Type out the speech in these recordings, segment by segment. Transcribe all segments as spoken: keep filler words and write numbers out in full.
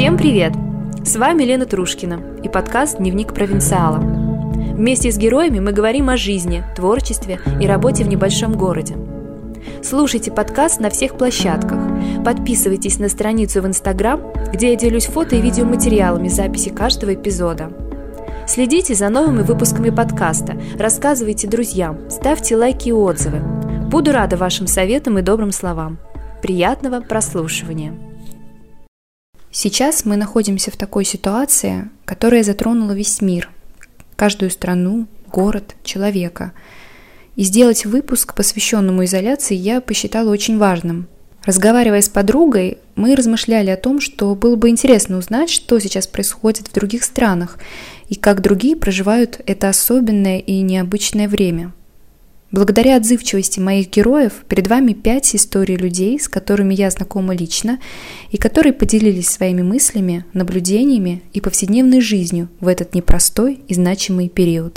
Всем привет! С вами Лена Трушкина и подкаст «Дневник провинциала». Вместе с героями мы говорим о жизни, творчестве и работе в небольшом городе. Слушайте подкаст на всех площадках. Подписывайтесь на страницу в Инстаграм, где я делюсь фото и видеоматериалами записи каждого эпизода. Следите за новыми выпусками подкаста, рассказывайте друзьям, ставьте лайки и отзывы. Буду рада вашим советам и добрым словам. Приятного прослушивания! Сейчас мы находимся в такой ситуации, которая затронула весь мир, каждую страну, город, человека. И сделать выпуск, посвященному изоляции, я посчитала очень важным. Разговаривая с подругой, мы размышляли о том, что было бы интересно узнать, что сейчас происходит в других странах и как другие проживают это особенное и необычное время. Благодаря отзывчивости моих героев перед вами пять историй людей, с которыми я знакома лично и которые поделились своими мыслями, наблюдениями и повседневной жизнью в этот непростой и значимый период.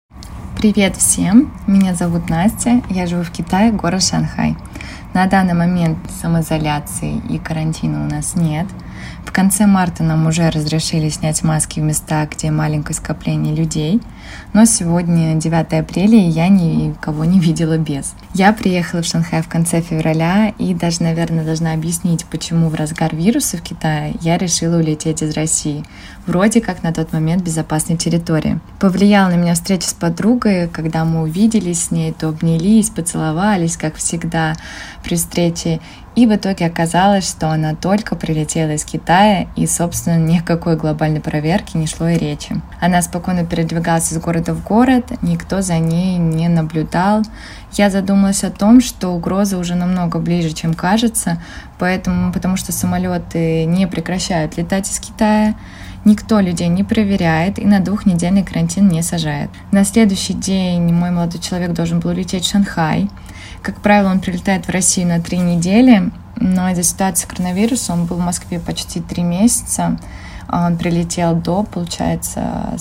Привет всем! Меня зовут Настя, я живу в Китае, город Шанхай. На данный момент самоизоляции и карантина у нас нет. В конце марта нам уже разрешили снять маски в местах, где маленькое скопление людей. Но сегодня девятое апреля, и я никого не видела без. Я приехала в Шанхай в конце февраля и даже, наверное, должна объяснить, почему в разгар вируса в Китае я решила улететь из России. Вроде как на тот момент безопасной территории. Повлияла на меня встреча с подругой, когда мы увиделись с ней, то обнялись, поцеловались, как всегда при встрече. И в итоге оказалось, что она только прилетела из Китая, и, собственно, ни о какой глобальной проверке не шло и речи. Она спокойно передвигалась из города в город, никто за ней не наблюдал. Я задумалась о том, что угроза уже намного ближе, чем кажется, поэтому, потому что самолеты не прекращают летать из Китая, никто людей не проверяет и на двухнедельный карантин не сажает. На следующий день мой молодой человек должен был улететь в Шанхай. Как правило, он прилетает в Россию на три недели, но из-за ситуации коронавируса он был в Москве почти три месяца. Он прилетел до, получается,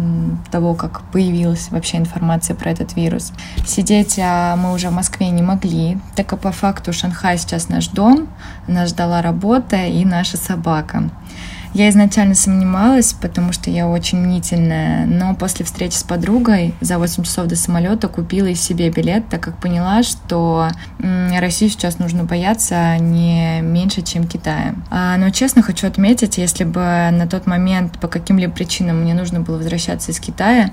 того, как появилась вообще информация про этот вирус. Сидеть мы уже в Москве не могли, так как по факту Шанхай сейчас наш дом, нас ждала работа и наша собака. Я изначально сомневалась, потому что я очень мнительная, но после встречи с подругой за восемь часов до самолета купила и себе билет, так как поняла, что Россию сейчас нужно бояться не меньше, чем Китая. Но честно хочу отметить, если бы на тот момент по каким-либо причинам мне нужно было возвращаться из Китая,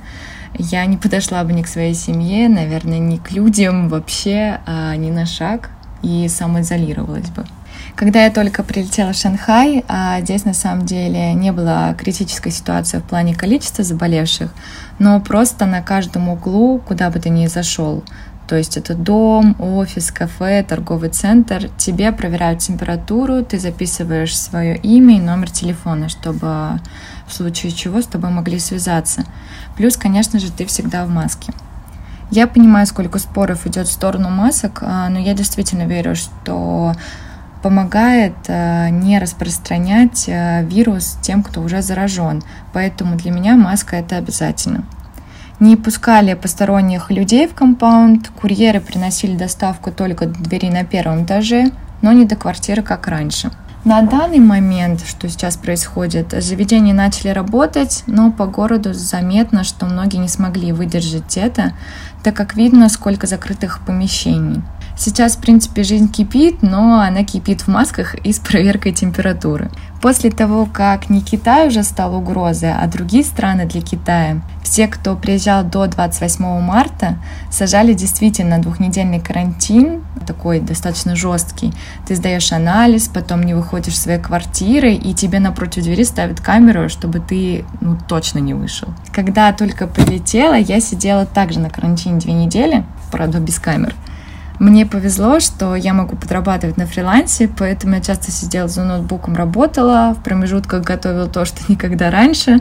я не подошла бы ни к своей семье, наверное, ни к людям вообще, а ни на шаг, и самоизолировалась бы. Когда я только прилетела в Шанхай, здесь на самом деле не было критической ситуации в плане количества заболевших, но просто на каждом углу, куда бы ты ни зашел, то есть это дом, офис, кафе, торговый центр, тебе проверяют температуру, ты записываешь свое имя и номер телефона, чтобы в случае чего с тобой могли связаться. Плюс, конечно же, ты всегда в маске. Я понимаю, сколько споров идет в сторону масок, но я действительно верю, что помогает не распространять вирус тем, кто уже заражен. Поэтому для меня маска – это обязательно. Не пускали посторонних людей в компаунд, курьеры приносили доставку только до двери на первом этаже, но не до квартиры, как раньше. На данный момент, что сейчас происходит, заведения начали работать, но по городу заметно, что многие не смогли выдержать это, так как видно, сколько закрытых помещений. Сейчас, в принципе, жизнь кипит, но она кипит в масках и с проверкой температуры. После того, как не Китай уже стал угрозой, а другие страны для Китая, все, кто приезжал до двадцать восьмого марта, сажали действительно двухнедельный карантин, такой достаточно жесткий. Ты сдаешь анализ, потом не выходишь из своей квартиры, и тебе напротив двери ставят камеру, чтобы ты ну, точно не вышел. Когда только прилетела, я сидела также на карантине две недели, правда, без камер. Мне повезло, что я могу подрабатывать на фрилансе, поэтому я часто сидела за ноутбуком, работала, в промежутках готовила то, что никогда раньше.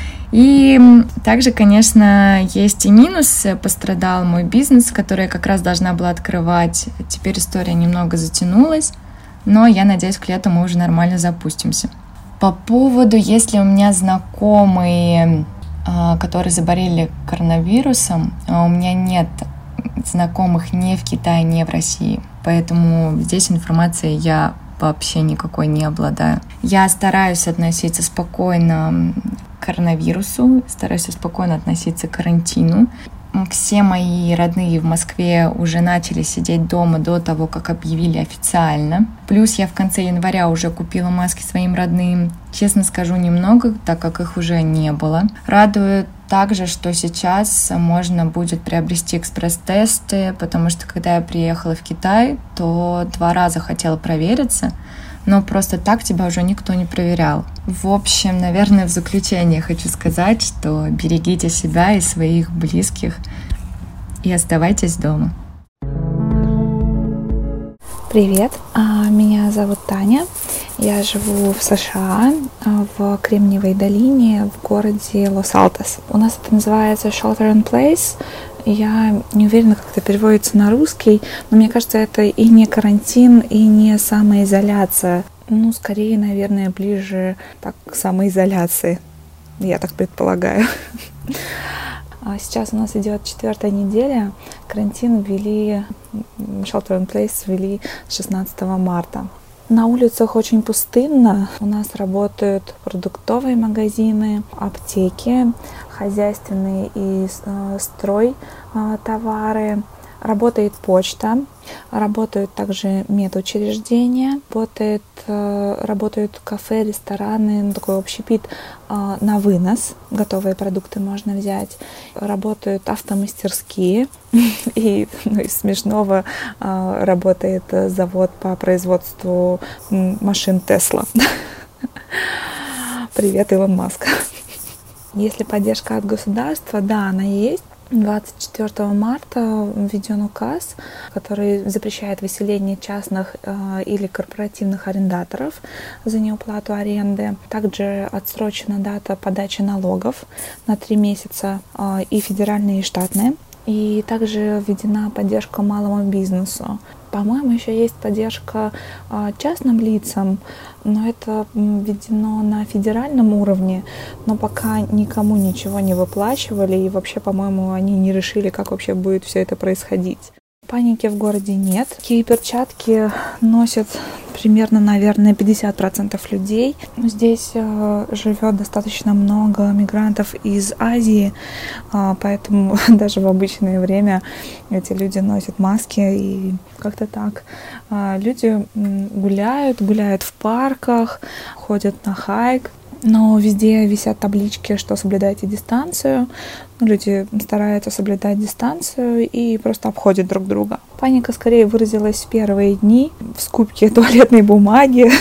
И также, конечно, есть и минус. Пострадал мой бизнес, который я как раз должна была открывать. Теперь история немного затянулась, но я надеюсь, к лету мы уже нормально запустимся. По поводу, если у меня знакомые, которые заболели коронавирусом, у меня нет знакомых ни в Китае, ни в России. Поэтому здесь информацией я вообще никакой не обладаю. Я стараюсь относиться спокойно к коронавирусу, стараюсь спокойно относиться к карантину. Все мои родные в Москве уже начали сидеть дома до того, как объявили официально. Плюс я в конце января уже купила маски своим родным. Честно скажу, немного, так как их уже не было. Радует также, что сейчас можно будет приобрести экспресс-тесты, потому что когда я приехала в Китай, то два раза хотела провериться, но просто так тебя уже никто не проверял. В общем, наверное, в заключение хочу сказать, что берегите себя и своих близких и оставайтесь дома. Привет, меня зовут Таня, я живу в США, в Кремниевой долине, в городе Лос-Алтос. У нас это называется Shelter in Place. Я не уверена, как это переводится на русский, но мне кажется, это и не карантин, и не самоизоляция. Ну, скорее, наверное, ближе так, к самоизоляции, я так предполагаю. Сейчас у нас идет четвертая неделя. Карантин ввели, Shelter in Place ввели с шестнадцатого марта. На улицах очень пустынно. У нас работают продуктовые магазины, аптеки, хозяйственные и э, строй э, товары. Работает почта, работают также медучреждения, работает, э, работают кафе, рестораны, ну, такой общепит э, на вынос, готовые продукты можно взять. Работают автомастерские, и ну, из смешного э, работает завод по производству машин Тесла. Привет, Илон Маск. Если поддержка от государства, да, она есть. двадцать четвёртого марта введен указ, который запрещает выселение частных э, или корпоративных арендаторов за неуплату аренды. Также отсрочена дата подачи налогов на три месяца э, и федеральные, и штатные. И также введена поддержка малому бизнесу. По-моему, еще есть поддержка э, частным лицам, но это введено на федеральном уровне, но пока никому ничего не выплачивали, и вообще, по-моему, они не решили, как вообще будет все это происходить. Паники в городе нет. Такие перчатки носят примерно, наверное, пятьдесят процентов людей. Здесь э, живет достаточно много мигрантов из Азии, э, поэтому даже в обычное время эти люди носят маски и как-то так. Э, люди гуляют, гуляют в парках, ходят на хайк. Но везде висят таблички, что соблюдайте дистанцию. Люди стараются соблюдать дистанцию и просто обходят друг друга. Паника скорее выразилась в первые дни в скупке туалетной бумаги.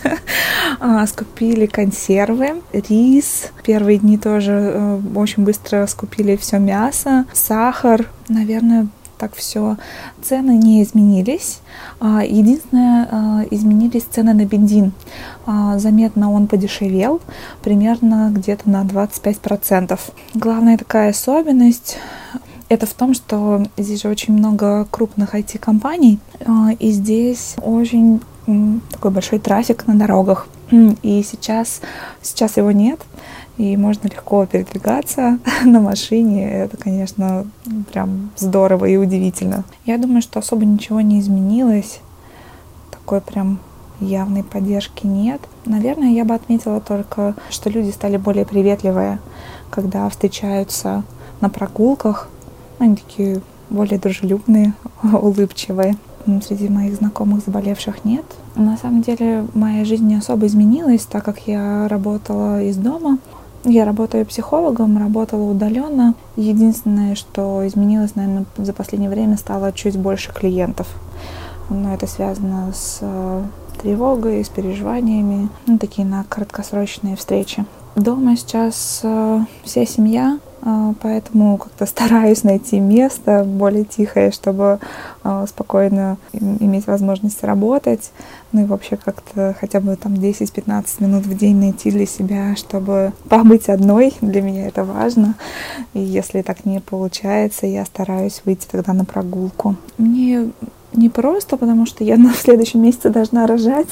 Скупили консервы, рис. Первые дни тоже очень быстро скупили все мясо, сахар. Наверное, так все. Цены не изменились. Единственное, изменились цены на бензин. Заметно он подешевел, примерно где-то на двадцать пять процентов. Главная такая особенность — это в том, что здесь же очень много крупных ай ти-компаний, и здесь очень такой большой трафик на дорогах. И сейчас, сейчас его нет, и можно легко передвигаться на машине. Это, конечно, прям здорово и удивительно. Я думаю, что особо ничего не изменилось. Такой прям явной поддержки нет. Наверное, я бы отметила только, что люди стали более приветливые, когда встречаются на прогулках. Они такие более дружелюбные, улыбчивые. Среди моих знакомых заболевших нет. На самом деле моя жизнь не особо изменилась, так как я работала из дома. Я работаю психологом, работала удаленно. Единственное, что изменилось, наверное, за последнее время, стало чуть больше клиентов. Но это связано с тревогой, с переживаниями, ну, такие на краткосрочные встречи. Дома сейчас э, вся семья, э, поэтому как-то стараюсь найти место более тихое, чтобы э, спокойно иметь возможность работать. Ну и вообще как-то хотя бы там десять-пятнадцать минут в день найти для себя, чтобы побыть одной. Для меня это важно. И если так не получается, я стараюсь выйти тогда на прогулку. Мне не просто, потому что я на следующем месяце должна рожать.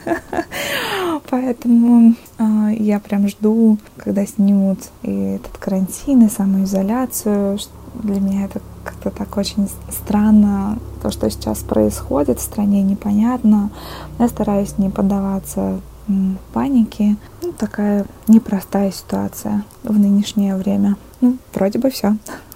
Поэтому э, я прям жду, когда снимут и этот карантин, и самоизоляцию. Для меня это как-то так очень странно то, что сейчас происходит в стране, непонятно. Я стараюсь не поддаваться панике. Ну, такая непростая ситуация в нынешнее время. Ну, вроде бы все.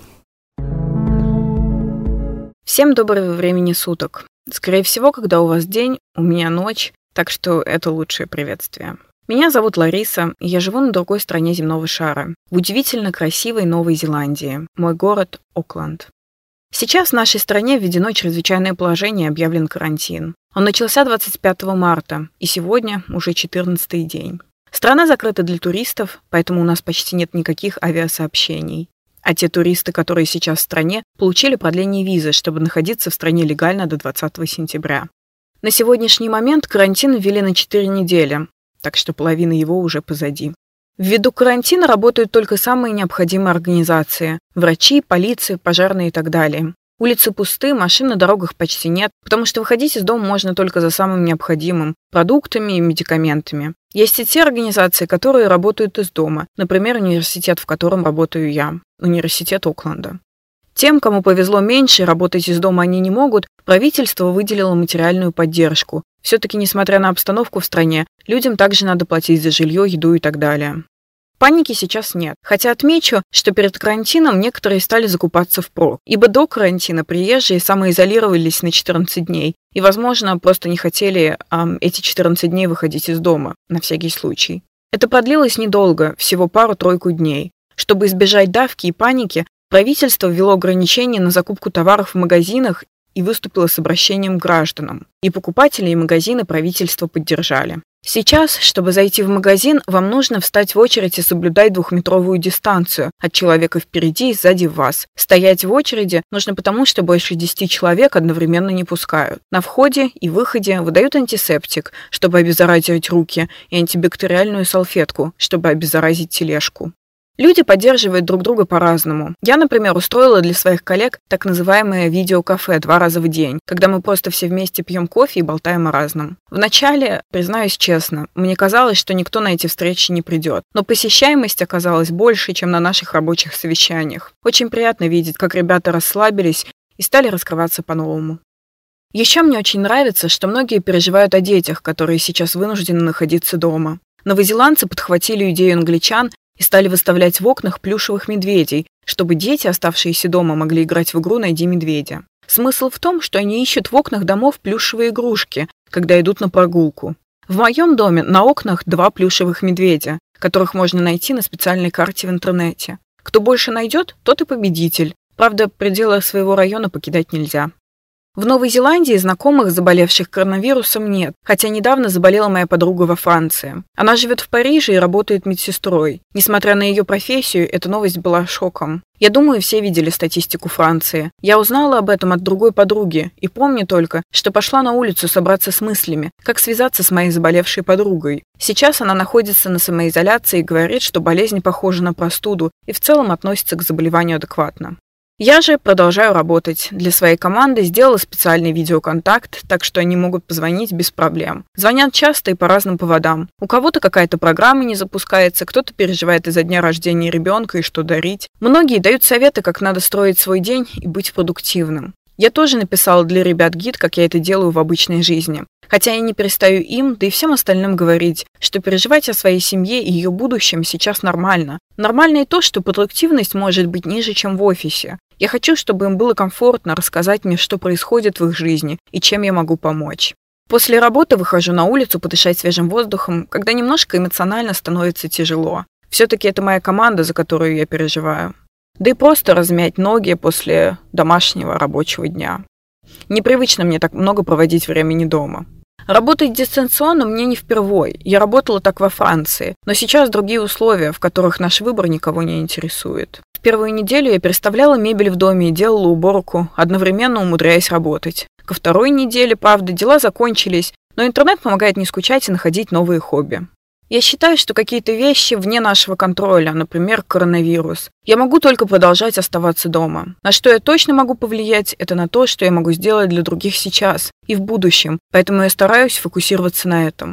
Всем доброго времени суток. Скорее всего, когда у вас день, у меня ночь, так что это лучшее приветствие. Меня зовут Лариса, и я живу на другой стороне земного шара, в удивительно красивой Новой Зеландии. Мой город – Окленд. Сейчас в нашей стране введено чрезвычайное положение и объявлен карантин. Он начался двадцать пятого марта, и сегодня уже четырнадцатый день. Страна закрыта для туристов, поэтому у нас почти нет никаких авиасообщений. А те туристы, которые сейчас в стране, получили продление визы, чтобы находиться в стране легально до двадцатого сентября. На сегодняшний момент карантин ввели на четыре недели, так что половина его уже позади. Ввиду карантина работают только самые необходимые организации – врачи, полиция, пожарные и так далее. Улицы пусты, машин на дорогах почти нет, потому что выходить из дома можно только за самым необходимым – продуктами и медикаментами. Есть и те организации, которые работают из дома, например, университет, в котором работаю я, университет Окленда. Тем, кому повезло меньше, работать из дома они не могут, правительство выделило материальную поддержку. Все-таки, несмотря на обстановку в стране, людям также надо платить за жилье, еду и так далее. Паники сейчас нет, хотя отмечу, что перед карантином некоторые стали закупаться впрок, ибо до карантина приезжие самоизолировались на четырнадцать дней и, возможно, просто не хотели эм, эти четырнадцать дней выходить из дома, на всякий случай. Это продлилось недолго, всего пару-тройку дней. Чтобы избежать давки и паники, правительство ввело ограничения на закупку товаров в магазинах и выступило с обращением к гражданам. И покупатели, и магазины правительство поддержали. Сейчас, чтобы зайти в магазин, вам нужно встать в очередь и соблюдать двухметровую дистанцию от человека впереди и сзади вас. Стоять в очереди нужно потому, что больше десяти человек одновременно не пускают. На входе и выходе выдают антисептик, чтобы обеззаразить руки, и антибактериальную салфетку, чтобы обеззаразить тележку. Люди поддерживают друг друга по-разному. Я, например, устроила для своих коллег так называемое видеокафе два раза в день, когда мы просто все вместе пьем кофе и болтаем о разном. Вначале, признаюсь честно, мне казалось, что никто на эти встречи не придет, но посещаемость оказалась больше, чем на наших рабочих совещаниях. Очень приятно видеть, как ребята расслабились и стали раскрываться по-новому. Еще мне очень нравится, что многие переживают о детях, которые сейчас вынуждены находиться дома. Новозеландцы подхватили идею англичан и стали выставлять в окнах плюшевых медведей, чтобы дети, оставшиеся дома, могли играть в игру «Найди медведя». Смысл в том, что они ищут в окнах домов плюшевые игрушки, когда идут на прогулку. В моем доме на окнах два плюшевых медведя, которых можно найти на специальной карте в интернете. Кто больше найдет, тот и победитель. Правда, пределы своего района покидать нельзя. В Новой Зеландии знакомых, заболевших коронавирусом, нет, хотя недавно заболела моя подруга во Франции. Она живет в Париже и работает медсестрой. Несмотря на ее профессию, эта новость была шоком. Я думаю, все видели статистику Франции. Я узнала об этом от другой подруги и помню только, что пошла на улицу собраться с мыслями, как связаться с моей заболевшей подругой. Сейчас она находится на самоизоляции и говорит, что болезнь похожа на простуду и в целом относится к заболеванию адекватно. Я же продолжаю работать. Для своей команды сделала специальный видеоконтакт, так что они могут позвонить без проблем. Звонят часто и по разным поводам. У кого-то какая-то программа не запускается, кто-то переживает из-за дня рождения ребенка и что дарить. Многие дают советы, как надо строить свой день и быть продуктивным. Я тоже написала для ребят гид, как я это делаю в обычной жизни. Хотя я не перестаю им, да и всем остальным говорить, что переживать о своей семье и ее будущем сейчас нормально. Нормально и то, что продуктивность может быть ниже, чем в офисе. Я хочу, чтобы им было комфортно рассказать мне, что происходит в их жизни и чем я могу помочь. После работы выхожу на улицу подышать свежим воздухом, когда немножко эмоционально становится тяжело. Все-таки это моя команда, за которую я переживаю. Да и просто размять ноги после домашнего рабочего дня. Непривычно мне так много проводить времени дома. Работать дистанционно мне не впервой. Я работала так во Франции, но сейчас другие условия, в которых наш выбор никого не интересует. В первую неделю я переставляла мебель в доме и делала уборку, одновременно умудряясь работать. Ко второй неделе, правда, дела закончились, но интернет помогает не скучать и находить новые хобби. Я считаю, что какие-то вещи вне нашего контроля, например, коронавирус. Я могу только продолжать оставаться дома. На что я точно могу повлиять, это на то, что я могу сделать для других сейчас и в будущем, поэтому я стараюсь фокусироваться на этом.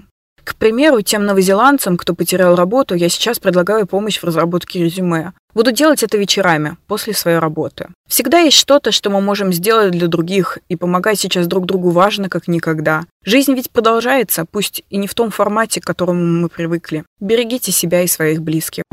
К примеру, тем новозеландцам, кто потерял работу, я сейчас предлагаю помощь в разработке резюме. Буду делать это вечерами, после своей работы. Всегда есть что-то, что мы можем сделать для других, и помогать сейчас друг другу важно, как никогда. Жизнь ведь продолжается, пусть и не в том формате, к которому мы привыкли. Берегите себя и своих близких.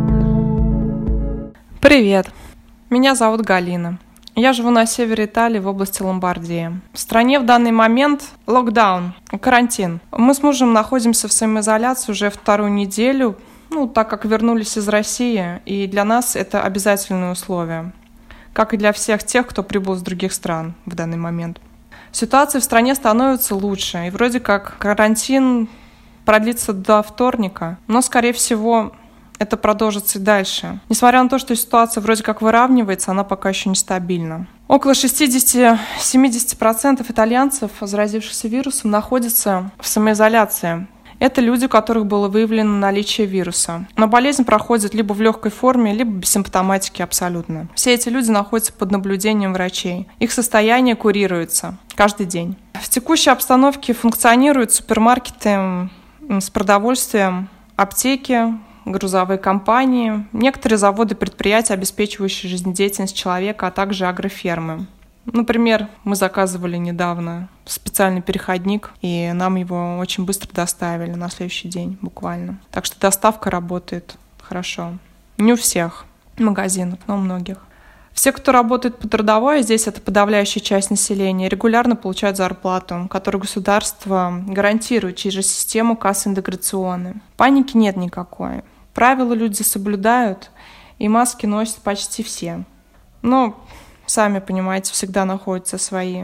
Привет! Меня зовут Галина. Я живу на севере Италии, в области Ломбардии. В стране в данный момент локдаун, карантин. Мы с мужем находимся в самоизоляции уже вторую неделю, ну, так как вернулись из России, и для нас это обязательное условие, как и для всех тех, кто прибыл из других стран в данный момент. Ситуация в стране становится лучше, и вроде как карантин продлится до вторника, но, скорее всего, это продолжится и дальше. Несмотря на то, что ситуация вроде как выравнивается, она пока еще нестабильна. Около шестьдесят-семьдесят процентов итальянцев, заразившихся вирусом, находятся в самоизоляции. Это люди, у которых было выявлено наличие вируса. Но болезнь проходит либо в легкой форме, либо без симптоматики абсолютно. Все эти люди находятся под наблюдением врачей. Их состояние курируется каждый день. В текущей обстановке функционируют супермаркеты с продовольствием, аптеки, грузовые компании, некоторые заводы и предприятия, обеспечивающие жизнедеятельность человека, а также агрофермы. Например, мы заказывали недавно специальный переходник, и нам его очень быстро доставили на следующий день буквально. Так что доставка работает хорошо. Не у всех магазинов, но у многих. Все, кто работает по трудовой, здесь это подавляющая часть населения, регулярно получают зарплату, которую государство гарантирует через систему кассы интеграционной. Паники нет никакой. Правила люди соблюдают, и маски носят почти все. Но, сами понимаете, всегда находятся свои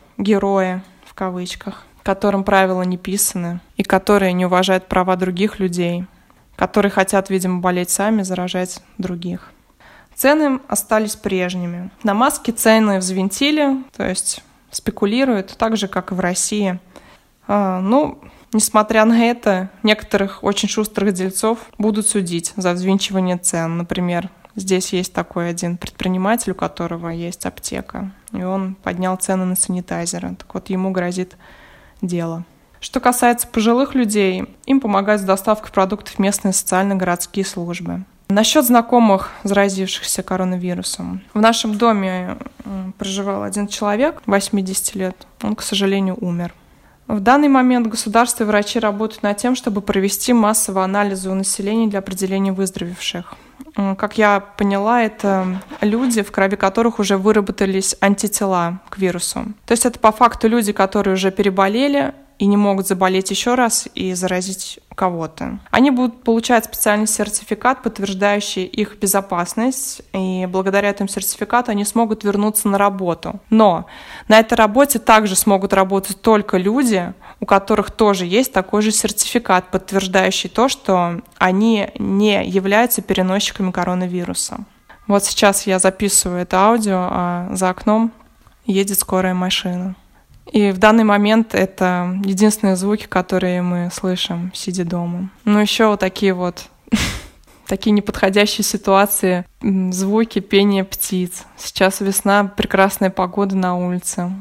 герои, в кавычках, которым правила не писаны, и которые не уважают права других людей, которые хотят, видимо, болеть сами, заражать других. Цены остались прежними. На маски цены взвинтили, то есть спекулируют, так же, как и в России. А, ну, несмотря на это, некоторых очень шустрых дельцов будут судить за взвинчивание цен. Например, здесь есть такой один предприниматель, у которого есть аптека, и он поднял цены на санитайзеры. Так вот, ему грозит дело. Что касается пожилых людей, им помогают с доставкой продуктов местные социально-городские службы. Насчет знакомых, заразившихся коронавирусом. В нашем доме проживал один человек, восемьдесят лет. Он, к сожалению, умер. В данный момент государство и врачи работают над тем, чтобы провести массовые анализы у населения для определения выздоровевших. Как я поняла, это люди, в крови которых уже выработались антитела к вирусу. То есть это по факту люди, которые уже переболели и не могут заболеть еще раз и заразить кого-то. Они будут получать специальный сертификат, подтверждающий их безопасность, и благодаря этому сертификату они смогут вернуться на работу. Но на этой работе также смогут работать только люди, у которых тоже есть такой же сертификат, подтверждающий то, что они не являются переносчиками коронавируса. Вот сейчас я записываю это аудио, а за окном едет скорая машина. И в данный момент это единственные звуки, которые мы слышим, сидя дома. Ну, еще вот такие вот такие неподходящие ситуации, звуки пения птиц. Сейчас весна, прекрасная погода на улице.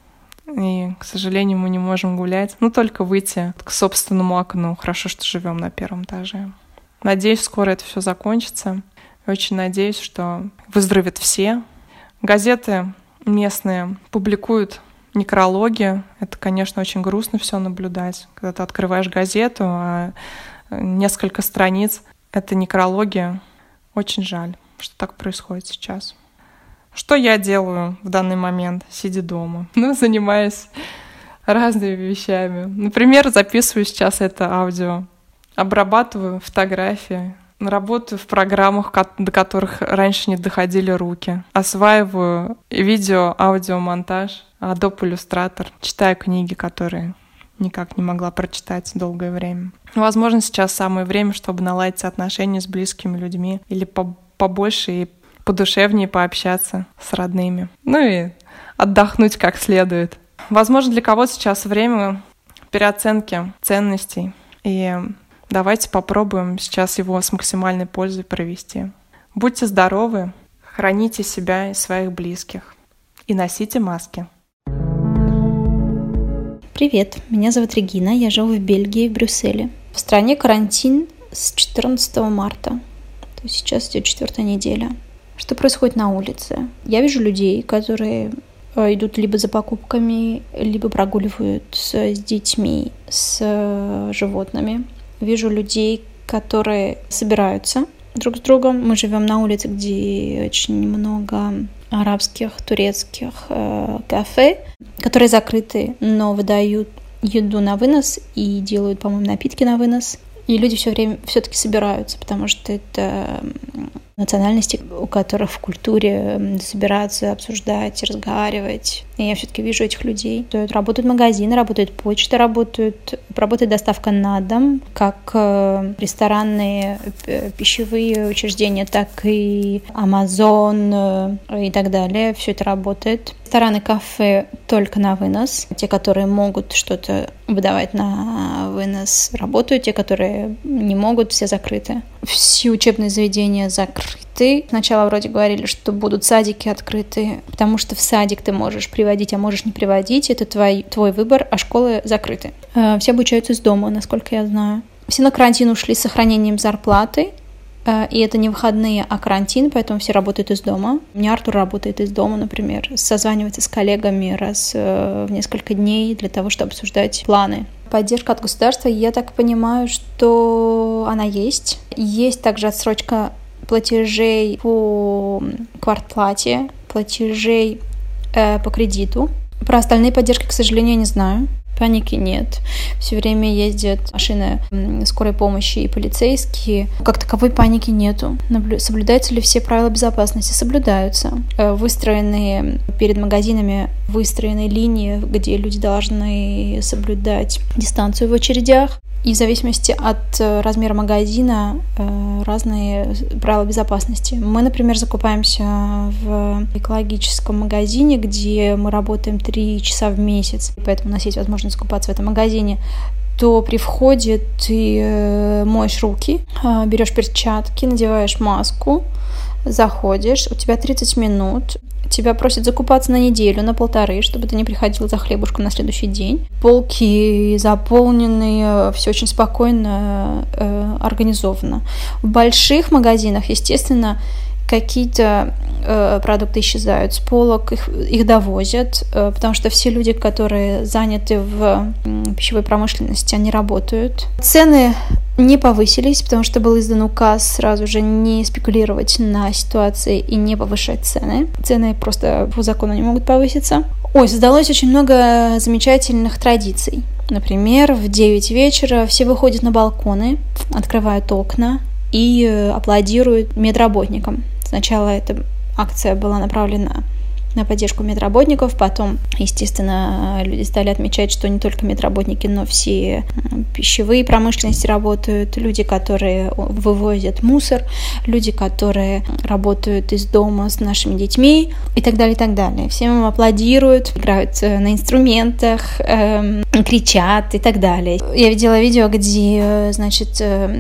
И, к сожалению, мы не можем гулять, ну, только выйти к собственному окну. Хорошо, что живем на первом этаже. Надеюсь, скоро это все закончится. Очень надеюсь, что выздоровеют все. Газеты местные публикуют некрологи. Это, конечно, очень грустно все наблюдать. Когда ты открываешь газету, а несколько страниц — это некрологи. Очень жаль, что так происходит сейчас. Что я делаю в данный момент, сидя дома? Ну, занимаюсь разными вещами. Например, записываю сейчас это аудио, обрабатываю фотографии, работаю в программах, до которых раньше не доходили руки, осваиваю видео, аудиомонтаж, Adobe Illustrator, читаю книги, которые никак не могла прочитать долгое время. Возможно, сейчас самое время, чтобы наладить отношения с близкими людьми или побольше и подушевнее пообщаться с родными. Ну и отдохнуть как следует. Возможно, для кого-то сейчас время переоценки ценностей. И давайте попробуем сейчас его с максимальной пользой провести. Будьте здоровы, храните себя и своих близких. И носите маски. Привет, меня зовут Регина, я живу в Бельгии, в Брюсселе. В стране карантин с четырнадцатого марта, то есть сейчас идет четвертая неделя. Что происходит на улице? Я вижу людей, которые идут либо за покупками, либо прогуливаются с детьми, с животными. Вижу людей, которые собираются друг с другом. Мы живем на улице, где очень много арабских, турецких э, кафе, которые закрыты, но выдают еду на вынос и делают, по-моему, напитки на вынос. И люди все время все-таки собираются, потому что это национальности, у которых в культуре собираться, обсуждать, разговаривать. И я все-таки вижу этих людей. Работают магазины, работает почта, работают, работает доставка на дом, как ресторанные, пищевые учреждения, так и Amazon и так далее. Все это работает. Рестораны, кафе только на вынос. Те, которые могут что-то выдавать на вынос, работают. Те, которые не могут, все закрыты. Все учебные заведения закрыты. Сначала вроде говорили, что будут садики открыты, потому что в садик ты можешь приводить, а можешь не приводить. Это твой, твой выбор, а школы закрыты. Все обучаются из дома, насколько я знаю. Все на карантин ушли с сохранением зарплаты. И это не выходные, а карантин, поэтому все работают из дома. У меня Артур работает из дома, например, созванивается с коллегами раз в несколько дней для того, чтобы обсуждать планы. Поддержка от государства, я так понимаю, что она есть. Есть также отсрочка платежей по квартплате, платежей э, по кредиту. Про остальные поддержки, к сожалению, я не знаю. Паники нет. Все время ездят машины скорой помощи и полицейские. Как таковой паники нету. Соблюдаются ли все правила безопасности? Соблюдаются. Выстроенные перед магазинами выстроенные линии, где люди должны соблюдать дистанцию в очередях. И в зависимости от размера магазина разные правила безопасности. Мы, например, закупаемся в экологическом магазине, где мы работаем три часа в месяц, поэтому у нас есть возможность закупаться в этом магазине. То при входе ты моешь руки, берешь перчатки, надеваешь маску, заходишь, у тебя тридцать минут. Тебя просят закупаться на неделю, на полторы, чтобы ты не приходил за хлебушком на следующий день. Полки заполнены, все очень спокойно э, организовано. В больших магазинах, естественно, какие-то э, продукты исчезают с полок, их, их довозят, э, потому что все люди, которые заняты в э, пищевой промышленности, они работают. Цены не повысились, потому что был издан указ сразу же не спекулировать на ситуации и не повышать цены. Цены просто по закону не могут повыситься. Ой, создалось очень много замечательных традиций. Например, в девять вечера все выходят на балконы, открывают окна и аплодируют медработникам. Сначала эта акция была направлена на поддержку медработников, потом, естественно, люди стали отмечать, что не только медработники, но все пищевые промышленности работают, люди, которые вывозят мусор, люди, которые работают из дома с нашими детьми и так далее, и так далее. Всем им аплодируют, играют на инструментах, эм, кричат и так далее. Я видела видео, где, значит,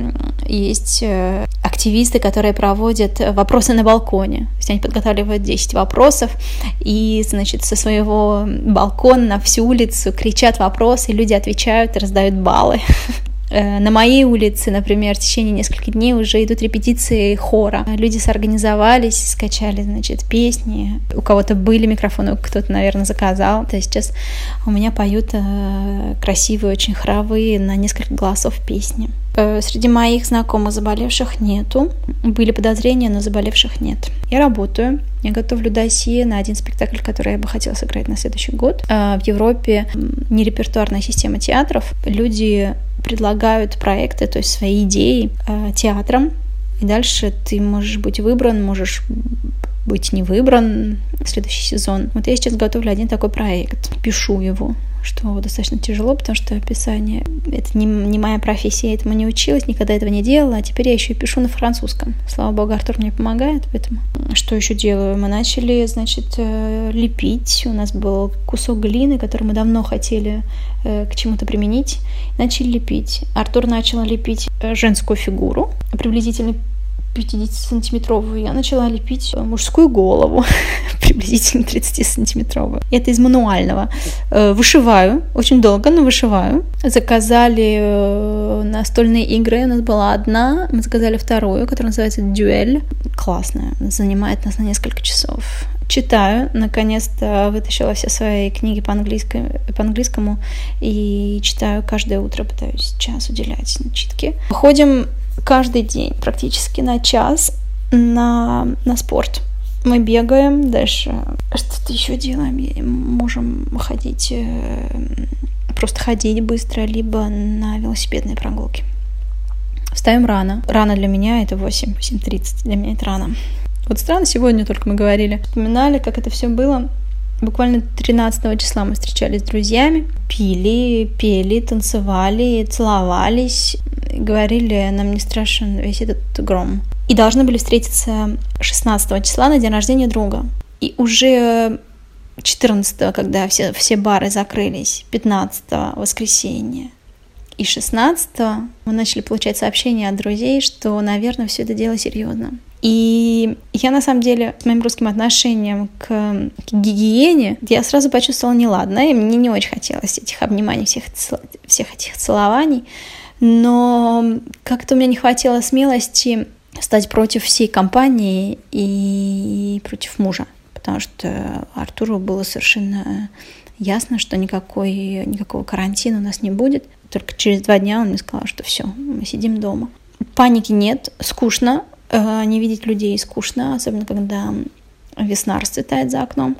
есть активисты, которые проводят вопросы на балконе. То есть они подготавливают десять вопросов, и, значит, со своего балкона на всю улицу кричат вопросы, люди отвечают и раздают баллы. На моей улице, например, в течение нескольких дней уже идут репетиции хора. Люди соорганизовались, скачали, значит, песни. У кого-то были микрофоны, кто-то, наверное, заказал. То есть сейчас у меня поют красивые, очень хоровые, на несколько голосов песни. Среди моих знакомых заболевших нету. Были подозрения, но заболевших нет. Я работаю. Я готовлю досье на один спектакль, который я бы хотела сыграть на следующий год. В Европе не репертуарная система театров. Люди предлагают проекты, то есть свои идеи театрам. И дальше ты можешь быть выбран, можешь быть не выбран в следующий сезон. Вот я сейчас готовлю один такой проект. Пишу его, что достаточно тяжело, потому что писание — это не, не моя профессия, я этому не училась, никогда этого не делала, а теперь я еще и пишу на французском. Слава богу, Артур мне помогает, поэтому... Что еще делаю? Мы начали, значит, лепить. У нас был кусок глины, который мы давно хотели к чему-то применить. Начали лепить. Артур начал лепить женскую фигуру, приблизительно пятидесятисантиметровую, я начала лепить мужскую голову, приблизительно тридцатисантиметровую. Это из мануального. Вышиваю, очень долго, но вышиваю. Заказали настольные игры, у нас была одна, мы заказали вторую, которая называется «Дюэль». Классная, занимает нас на несколько часов. Читаю, наконец-то вытащила все свои книги по-английскому, по-английскому и читаю каждое утро, пытаюсь час уделять читке. Ходим каждый день практически на час на, на спорт. Мы бегаем, дальше что-то еще делаем, можем ходить, просто ходить быстро, либо на велосипедные прогулки. Встаем рано. Рано для меня это восемь, восемь тридцать, для меня это рано. Вот странно, сегодня только мы говорили, вспоминали, как это все было. Буквально тринадцатого числа мы встречались с друзьями, пили, пели, танцевали, целовались, говорили, нам не страшен весь этот гром. И должны были встретиться шестнадцатого числа на день рождения друга. И уже четырнадцатого, когда все, все бары закрылись, пятнадцатого воскресенье и шестнадцатого мы начали получать сообщения от друзей, что, наверное, все это дело серьезно. И я, на самом деле, с моим русским отношением к, к гигиене, я сразу почувствовала неладное, и мне не очень хотелось этих обниманий, всех, всех этих целований, но как-то у меня не хватило смелости стать против всей компании и против мужа, потому что Артуру было совершенно ясно, что никакой, никакого карантина у нас не будет. Только через два дня он мне сказал, что все, мы сидим дома. Паники нет, скучно, не видеть людей скучно, особенно когда весна расцветает за окном,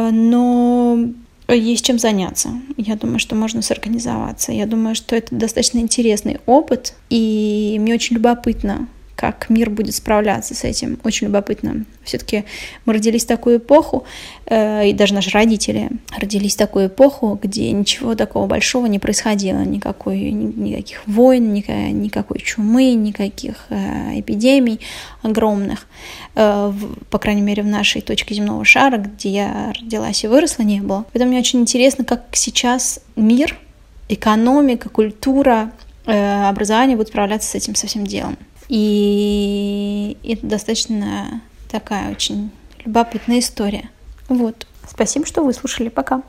но есть чем заняться. Я думаю, что можно сорганизоваться. Я думаю, что это достаточно интересный опыт, и мне очень любопытно, как мир будет справляться с этим. Очень любопытно. Все-таки мы родились в такую эпоху, э, и даже наши родители родились в такую эпоху, где ничего такого большого не происходило. Никакой, ни, никаких войн, никакой, никакой чумы, никаких э, эпидемий огромных. Э, в, по крайней мере, в нашей точке земного шара, где я родилась и выросла, не было. Поэтому мне очень интересно, как сейчас мир, экономика, культура, э, образование будут справляться с этим со всем делом. И это достаточно такая очень любопытная история. Вот. Спасибо, что выслушали. Пока.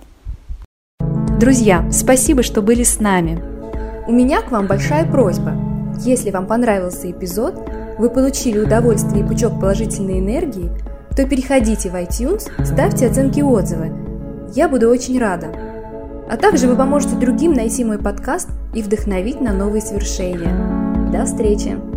Друзья, спасибо, что были с нами. У меня к вам большая просьба. Если вам понравился эпизод, вы получили удовольствие и пучок положительной энергии, то переходите в iTunes, ставьте оценки и отзывы. Я буду очень рада. А также вы поможете другим найти мой подкаст и вдохновить на новые свершения. До встречи!